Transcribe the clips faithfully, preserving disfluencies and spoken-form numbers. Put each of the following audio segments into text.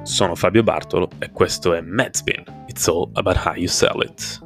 Sono Fabio Bartolo e questo è Medspin. It's all about how you sell it.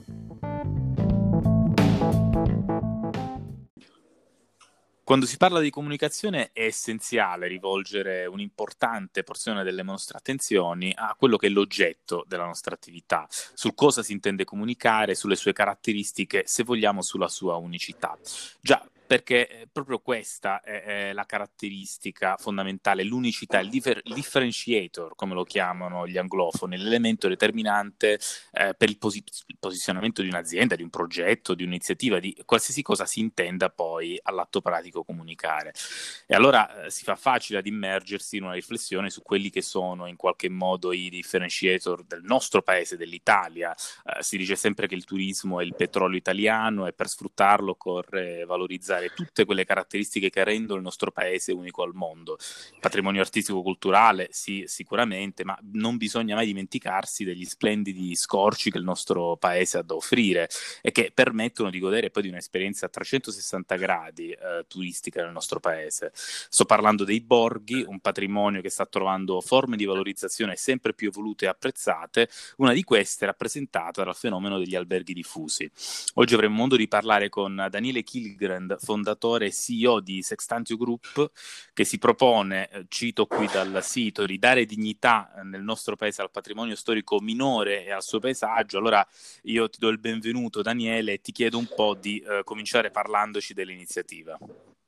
Quando si parla di comunicazione è essenziale rivolgere un'importante porzione delle nostre attenzioni a quello che è l'oggetto della nostra attività, sul cosa si intende comunicare, sulle sue caratteristiche, se vogliamo sulla sua unicità. Già, perché proprio questa è, è la caratteristica fondamentale, l'unicità, il, differ- il differentiator, come lo chiamano gli anglofoni, l'elemento determinante eh, per il, posi- il posizionamento di un'azienda, di un progetto, di un'iniziativa, di qualsiasi cosa si intenda poi all'atto pratico comunicare. E allora eh, si fa facile ad immergersi in una riflessione su quelli che sono in qualche modo i differentiator del nostro paese, dell'Italia. Eh, si dice sempre che il turismo è il petrolio italiano e per sfruttarlo occorre valorizzare tutte quelle caratteristiche che rendono il nostro paese unico al mondo. Patrimonio artistico-culturale, sì, sicuramente, ma non bisogna mai dimenticarsi degli splendidi scorci che il nostro paese ha da offrire e che permettono di godere poi di un'esperienza a trecentosessanta gradi eh, turistica nel nostro paese. Sto parlando dei borghi, un patrimonio che sta trovando forme di valorizzazione sempre più evolute e apprezzate, una di queste è rappresentata dal fenomeno degli alberghi diffusi. Oggi avremo modo di parlare con Daniele Kilgrand, fondatore e C E O di Sextantio Group, che si propone, eh, cito qui dal sito, di dare dignità nel nostro paese al patrimonio storico minore e al suo paesaggio. Allora io ti do il benvenuto, Daniele, e ti chiedo un po' di eh, cominciare parlandoci dell'iniziativa.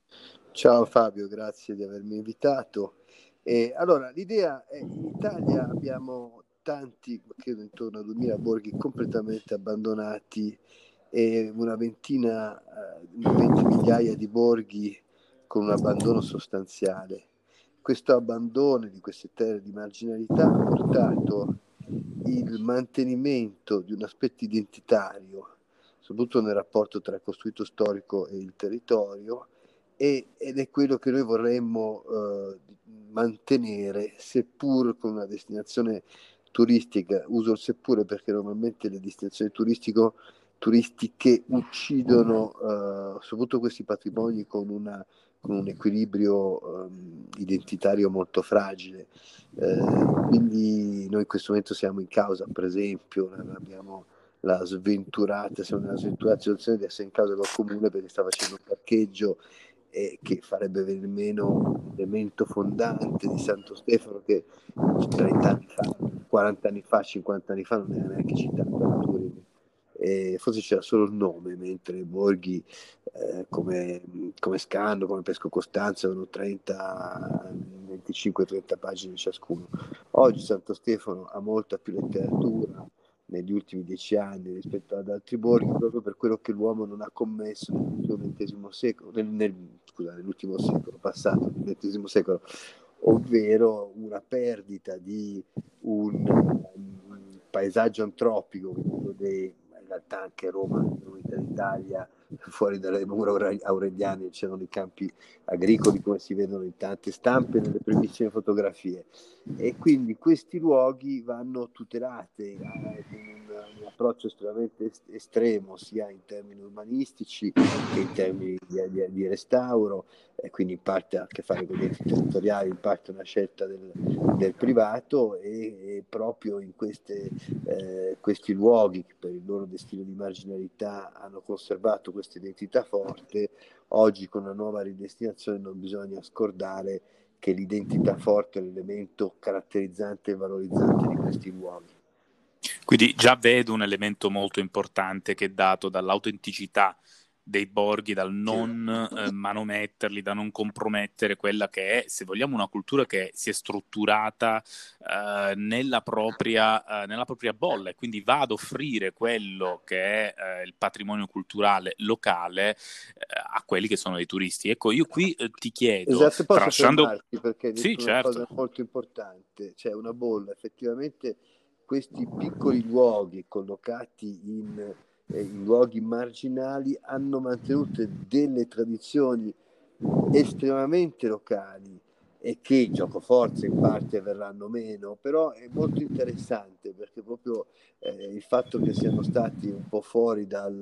Ciao Fabio, grazie di avermi invitato. E allora, l'idea è: in Italia abbiamo tanti, credo intorno a duemila borghi completamente abbandonati e una ventina, eh, venti migliaia di borghi con un abbandono sostanziale. Questo abbandono di queste terre di marginalità ha portato il mantenimento di un aspetto identitario, soprattutto nel rapporto tra il costruito storico e il territorio, e, ed è quello che noi vorremmo eh, mantenere, seppur con una destinazione turistica. Uso il seppure perché normalmente le destinazioni turistico, turistiche uccidono eh, soprattutto questi patrimoni con, una, con un equilibrio eh, identitario molto fragile. Eh, quindi noi in questo momento siamo in causa, per esempio, abbiamo la sventurata, siamo nella sventurata situazione di essere in causa col comune perché sta facendo un parcheggio eh, che farebbe venire meno un elemento fondante di Santo Stefano che trenta anni fa, quaranta anni fa, cinquanta anni fa non era neanche citato a Turin. E forse c'era solo il nome, mentre borghi eh, come, come Scando, come Pesco Costanzo avevano trenta, venticinque trenta pagine ciascuno. Oggi Santo Stefano ha molta più letteratura negli ultimi dieci anni rispetto ad altri borghi, proprio per quello che l'uomo non ha commesso nell'ultimo ventesimo secolo, nel, nel, scusa, nell'ultimo secolo passato, nel ventesimo secolo, ovvero una perdita di un, un paesaggio antropico, quello dei, in realtà anche Roma, l'unità d'Italia, fuori dalle mura aureliane c'erano i campi agricoli come si vedono in tante stampe nelle primissime fotografie, e quindi questi luoghi vanno tutelati con un, un approccio estremamente estremo sia in termini urbanistici che in termini di, di, di restauro, e quindi in parte ha a che fare con gli enti territoriali, in parte una scelta del, del privato, e, e proprio in queste, eh, questi luoghi che per il loro destino di marginalità hanno conservato questa identità forte. Oggi con una nuova ridestinazione non bisogna scordare che l'identità forte è l'elemento caratterizzante e valorizzante di questi luoghi. Quindi già vedo un elemento molto importante che è dato dall'autenticità dei borghi, dal non eh, manometterli, da non compromettere quella che è, se vogliamo, una cultura che si è strutturata eh, nella propria, eh, nella propria bolla, e quindi va ad offrire quello che è eh, il patrimonio culturale locale eh, a quelli che sono dei turisti. Ecco, io qui eh, ti chiedo, Esatto, posso tralasciando... fermarti perché hai detto Sì, una certo. cosa molto importante, c'è una bolla. Effettivamente questi piccoli luoghi collocati in, eh, in luoghi marginali hanno mantenuto delle tradizioni estremamente locali e che giocoforza in parte verranno meno, però è molto interessante perché proprio eh, il fatto che siano stati un po' fuori dal,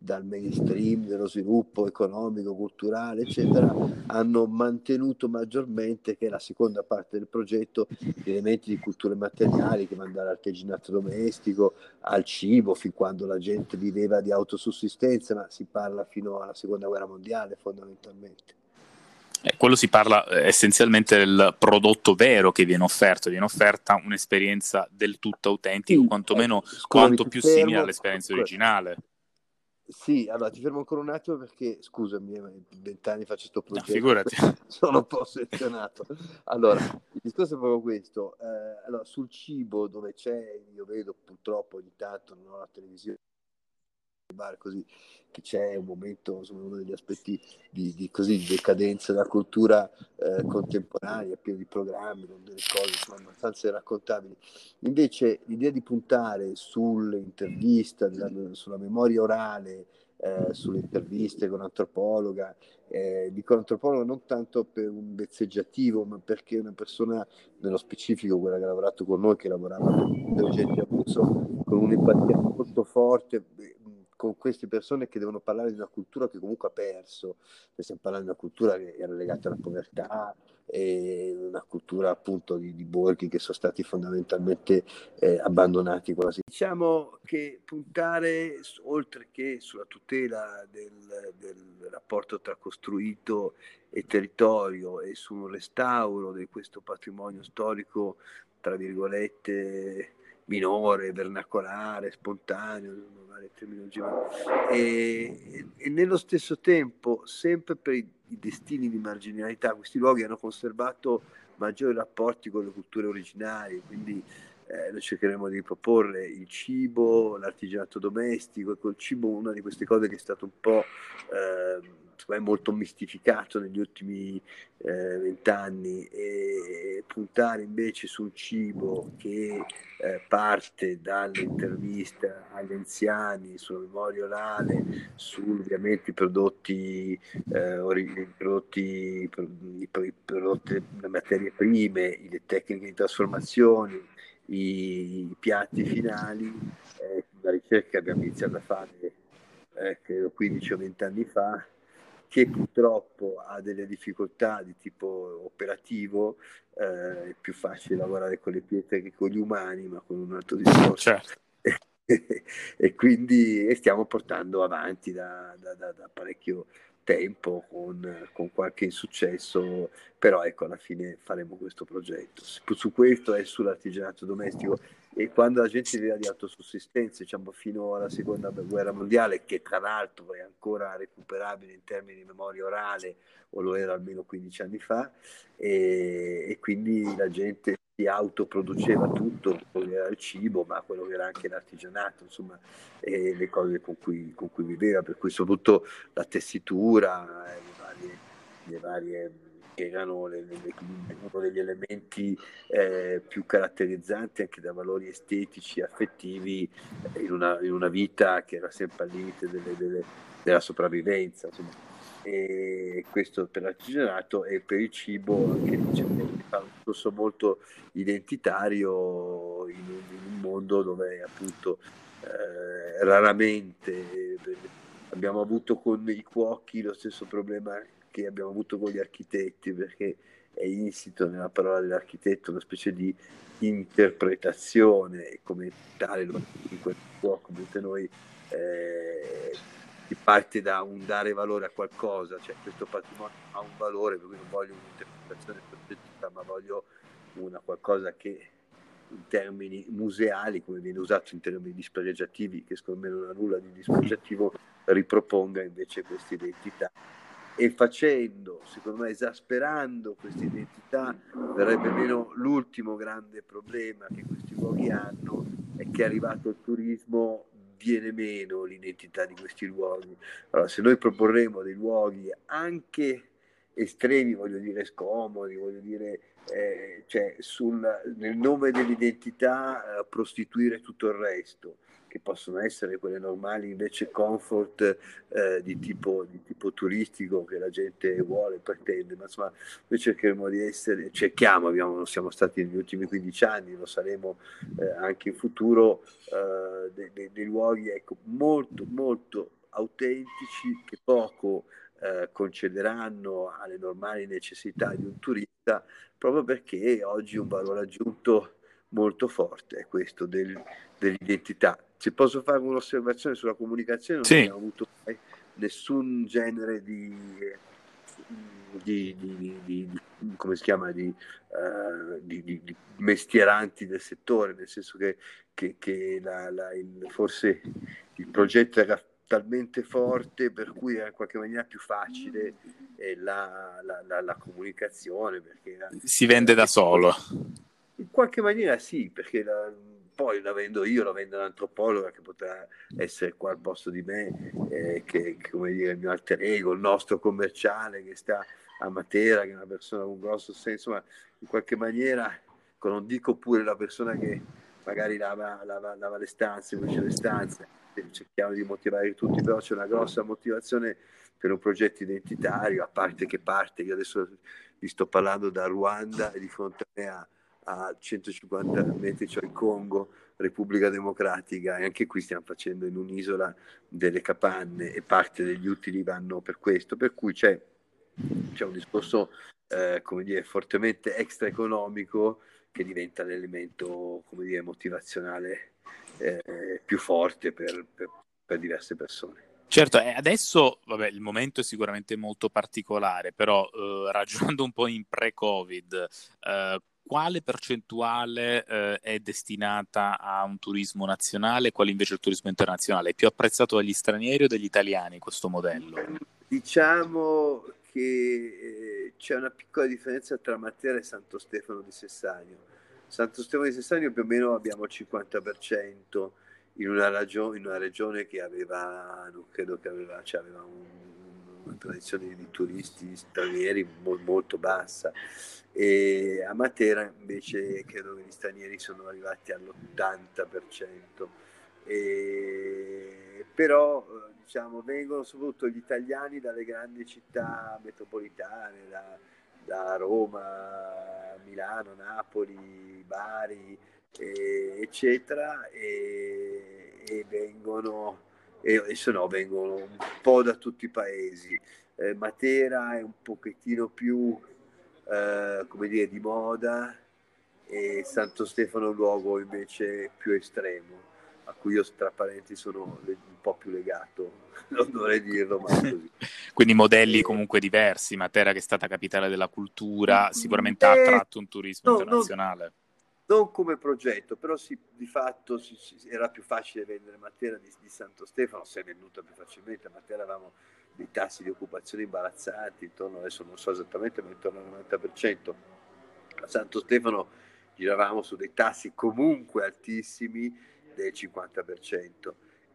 dal mainstream dello sviluppo economico, culturale, eccetera, hanno mantenuto maggiormente, che è la seconda parte del progetto, gli elementi di culture materiali che vanno dall'artigianato domestico al cibo, fin quando la gente viveva di autosussistenza, ma si parla fino alla seconda guerra mondiale fondamentalmente. Eh, quello si parla eh, essenzialmente del prodotto vero che viene offerto, viene offerta un'esperienza del tutto autentica, Sì, o quantomeno scusami, quanto ti più fermo. simile all'esperienza originale. Sì, allora ti fermo ancora un attimo perché, scusami, vent'anni faccio questo No, progetto, figurati. sono un po' ossessionato. Allora, il discorso è proprio questo. Eh, allora, sul cibo, dove c'è, io vedo purtroppo ogni tanto, non ho la televisione, bar così, che c'è un momento, insomma, uno degli aspetti di, di, così, di decadenza della cultura eh, contemporanea, pieno di programmi, con delle cose insomma, abbastanza raccontabili. Invece l'idea di puntare sull'intervista, sulla memoria orale, eh, sulle interviste con l'antropologa, eh, dico antropologa non tanto per un vezzeggiativo, ma perché una persona, nello specifico quella che ha lavorato con noi, che lavorava per gente di Abruzzo, con un'empatia molto forte, con queste persone che devono parlare di una cultura che comunque ha perso, stiamo parlando di una cultura che era legata alla povertà, e una cultura appunto di, di borghi che sono stati fondamentalmente eh, abbandonati quasi. Diciamo che puntare oltre che sulla tutela del, del rapporto tra costruito e territorio e su un restauro di questo patrimonio storico, tra virgolette, minore, vernacolare, spontaneo, e, e nello stesso tempo, sempre per i, i destini di marginalità, questi luoghi hanno conservato maggiori rapporti con le culture originali, quindi eh, noi cercheremo di proporre il cibo, l'artigianato domestico, e col cibo una di queste cose che è stato un po' eh, è molto mistificato negli ultimi vent'anni, eh, e puntare invece sul cibo che eh, parte dalle agli anziani, sulla memoria orale, su ovviamente i prodotti, eh, ori- prodotti, i, i prodotti, le materie prime, le tecniche di trasformazione, i, i piatti finali, eh, la ricerca che abbiamo iniziato a fare eh, credo quindici o venti anni fa, che purtroppo ha delle difficoltà di tipo operativo, eh, è più facile lavorare con le pietre che con gli umani, ma con un altro discorso. Certo. E quindi e stiamo portando avanti da, da, da, da parecchio tempo con, con qualche insuccesso, però ecco, alla fine faremo questo progetto. Su, su questo e sull'artigianato domestico. E quando la gente viveva di autosussistenza, diciamo fino alla seconda guerra mondiale, che tra l'altro è ancora recuperabile in termini di memoria orale, o lo era almeno quindici anni fa, e, e quindi la gente si autoproduceva tutto, quello che era il cibo, ma quello che era anche l'artigianato, insomma, e le cose con cui, con cui viveva, per cui soprattutto la tessitura, le varie, le varie che erano le, le, uno degli elementi eh, più caratterizzanti anche da valori estetici, affettivi, in una, in una vita che era sempre al limite delle, delle, della sopravvivenza, insomma. E questo per l'artigianato, e per il cibo anche c'è un discorso molto identitario in un, in un mondo dove appunto eh, raramente eh, abbiamo avuto con i cuochi lo stesso problema che abbiamo avuto con gli architetti, perché è insito nella parola dell'architetto una specie di interpretazione, e come tale lo in quel cuoco, mentre noi eh, si parte da un dare valore a qualcosa, cioè questo patrimonio ha un valore, per cui non voglio un'interpretazione soggettiva, ma voglio una qualcosa che in termini museali, come viene usato in termini dispregiativi, che secondo me non ha nulla di dispregiativo, riproponga invece questa identità. E facendo, secondo me, esasperando questa identità, verrebbe meno l'ultimo grande problema che questi luoghi hanno, è che arrivato il turismo viene meno l'identità di questi luoghi. Allora, se noi proporremo dei luoghi anche estremi, voglio dire scomodi, voglio dire eh, cioè sul, nel nome dell'identità eh, prostituire tutto il resto, che possono essere quelle normali invece comfort eh, di, tipo, di tipo turistico che la gente vuole, pretende, ma insomma noi cercheremo di essere, cerchiamo, abbiamo, lo siamo stati negli ultimi quindici anni, lo saremo eh, anche in futuro, eh, dei, dei, dei luoghi ecco, molto molto autentici, che poco eh, concederanno alle normali necessità di un turista, proprio perché oggi un valore aggiunto molto forte è questo del, dell'identità. Se posso fare un'osservazione sulla comunicazione, non Sì. abbiamo avuto mai nessun genere di, di, di, di, di come si chiama, di, uh, di, di, di mestieranti del settore, nel senso che, che, che la, la, il, forse il progetto era talmente forte per cui era in qualche maniera più facile eh, la, la, la, la comunicazione, perché era, si vende da solo. In qualche maniera sì, perché la, poi la vendo io, la vendo un'antropologa che potrà essere qua al posto di me, eh, che, che come dire il mio alter ego, il nostro commerciale che sta a Matera, che è una persona con un grosso senso, ma in qualche maniera, non dico pure la persona che magari lava, lava, lava le stanze, pulisce le stanze, cerchiamo di motivare tutti, però c'è una grossa motivazione per un progetto identitario, a parte che parte, io adesso vi sto parlando da Ruanda e di fronte a me a, a centocinquanta metri c'è il Congo, Repubblica Democratica, e anche qui stiamo facendo in un'isola delle capanne e parte degli utili vanno per questo, per cui c'è, c'è un discorso eh, come dire, fortemente extraeconomico che diventa l'elemento come dire, motivazionale eh, più forte per, per, per diverse persone. Certo, e adesso vabbè, il momento è sicuramente molto particolare, però eh, ragionando un po' in pre-Covid, eh, quale percentuale eh, è destinata a un turismo nazionale, quale invece il turismo internazionale? È più apprezzato dagli stranieri o dagli italiani questo modello? Diciamo che eh, c'è una piccola differenza tra Matera e Santo Stefano di Sessagno. Santo Stefano di Sessagno più o meno abbiamo il cinquanta per cento in una, ragio- in una regione che aveva, non credo che aveva, cioè aveva un, una tradizione di turisti stranieri mo- molto bassa, e a Matera invece credo che gli stranieri sono arrivati all'ottanta per cento. E, però diciamo vengono soprattutto gli italiani dalle grandi città metropolitane, da, da Roma, Milano, Napoli, Bari, eh, eccetera, e, e vengono e, e se no vengono un po' da tutti i paesi. eh, Matera è un pochettino più eh, come dire di moda, e Santo Stefano è un luogo invece più estremo a cui io tra parenti sono un po' più legato, non dovrei dirlo, ma è così. Quindi modelli e... comunque diversi. Matera, che è stata capitale della cultura, sicuramente eh, ha attratto un turismo no, internazionale. Non, non come progetto, però sì, di fatto sì, sì, era più facile vendere Matera di, di Santo Stefano, si è venduta più facilmente. A Matera avevamo dei tassi di occupazione imbarazzanti, intorno, adesso non so esattamente, ma intorno al novanta per cento. A Santo Stefano giravamo su dei tassi comunque altissimi del cinquanta per cento,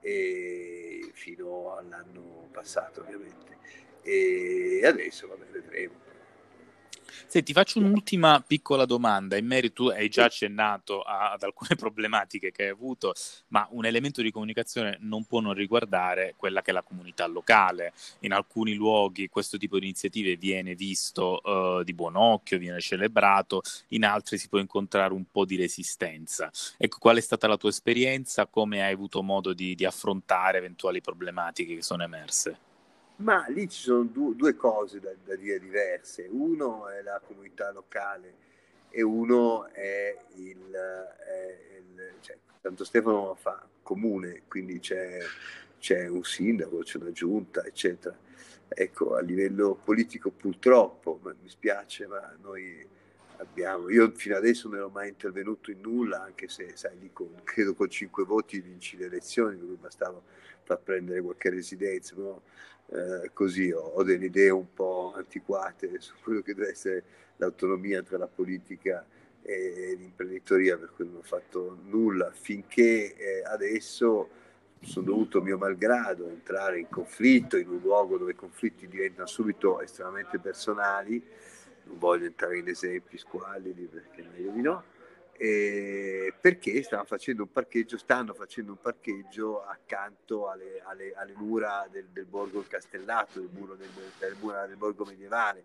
e fino all'anno passato ovviamente, e adesso vabbè, vedremo. Senti, faccio un'ultima piccola domanda in merito, tu hai già accennato a, ad alcune problematiche che hai avuto, ma un elemento di comunicazione non può non riguardare quella che è la comunità locale. In alcuni luoghi questo tipo di iniziative viene visto uh, di buon occhio, viene celebrato, in altri si può incontrare un po' di resistenza. Ecco, qual è stata la tua esperienza? Come hai avuto modo di, di affrontare eventuali problematiche che sono emerse? Ma lì ci sono du- due cose da, da dire diverse. Uno è la comunità locale e uno è il, è il cioè, Santo Stefano fa comune, quindi c'è, c'è un sindaco, c'è una giunta, eccetera. Ecco, a livello politico purtroppo, ma mi spiace, ma noi abbiamo, io fino adesso non ero mai intervenuto in nulla, anche se, sai, lì con, credo con cinque voti vinci le elezioni, per cui bastava far prendere qualche residenza, però eh, così ho, ho delle idee un po' antiquate su quello che deve essere l'autonomia tra la politica e l'imprenditoria, per cui non ho fatto nulla finché eh, adesso sono dovuto mio malgrado entrare in conflitto in un luogo dove i conflitti diventano subito estremamente personali. Non voglio entrare in esempi squallidi perché è meglio di no. Eh, perché stanno facendo un parcheggio, stanno facendo un parcheggio accanto alle, alle, alle mura del, del borgo castellato, del muro del, del, mura del borgo medievale.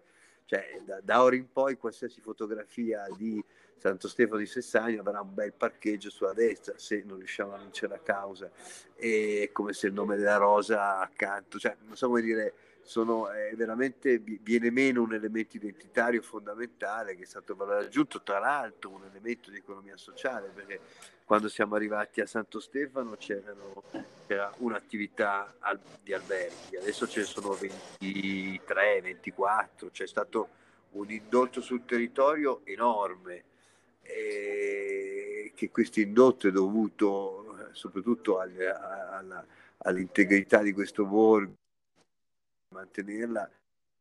cioè da, da ora in poi qualsiasi fotografia di Santo Stefano di Sessagno avrà un bel parcheggio sulla destra se non riusciamo a vincere la causa, e come se il nome della rosa accanto, cioè non so come dire, sono eh, veramente viene meno un elemento identitario fondamentale che è stato valore aggiunto, tra l'altro un elemento di economia sociale, perché quando siamo arrivati a Santo Stefano c'erano, c'era un'attività al, di alberghi, adesso ce ne sono ventitré, ventiquattro, c'è stato un indotto sul territorio enorme, e che questo indotto è dovuto soprattutto al, alla, all'integrità di questo borgo. Mantenerla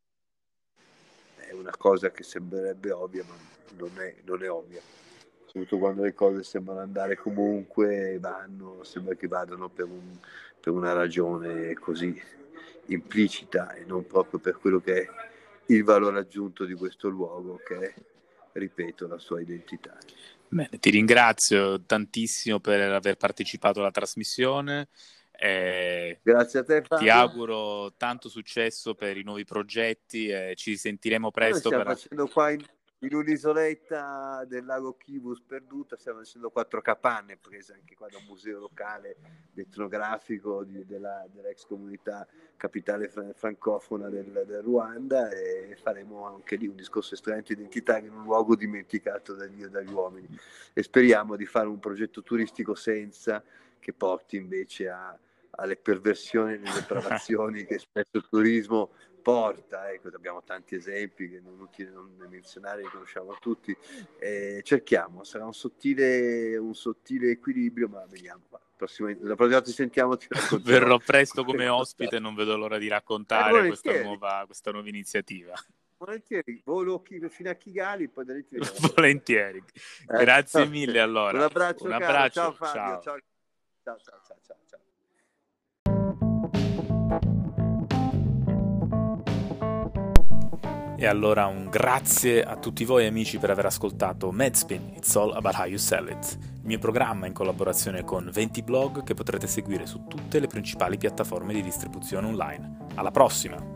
è una cosa che sembrerebbe ovvia, ma non è, non è ovvia, soprattutto quando le cose sembrano andare comunque, vanno, sembra che vadano per, un, per una ragione così implicita e non proprio per quello che è il valore aggiunto di questo luogo, che è, ripeto, la sua identità. Bene, ti ringrazio tantissimo per aver partecipato alla trasmissione. Eh, Grazie a te, Fabio. Ti auguro tanto successo per i nuovi progetti e ci sentiremo presto. Noi stiamo per... facendo qua in, in un'isoletta del lago Kivu sperduta, stiamo facendo quattro capanne prese anche qua da un museo locale etnografico di, della, dell'ex comunità capitale fran- francofona del, del Ruanda, e faremo anche lì un discorso estremamente identitario in un luogo dimenticato da Dio e dagli uomini, e speriamo di fare un progetto turistico senza che porti invece a alle perversioni e alle depravazioni che spesso il turismo porta. Ecco, abbiamo tanti esempi che non è utile non menzionare, li conosciamo tutti. Eh, cerchiamo, sarà un sottile, un sottile equilibrio, ma vediamo. La prossima, la prossima volta ci sentiamo, ti racconterò. Verrò presto come ospite, non vedo l'ora di raccontare eh, questa, nuova, questa nuova iniziativa. Volentieri, volo fino a Kigali, poi da lì ti volentieri. Eh, Grazie mille allora. Un abbraccio, un abbraccio. Ciao Fabio. Ciao. Ciao, ciao, ciao, ciao, ciao. E allora un grazie a tutti voi amici per aver ascoltato Medspin, It's All About How You Sell It, il mio programma in collaborazione con venti blog che potrete seguire su tutte le principali piattaforme di distribuzione online. Alla prossima!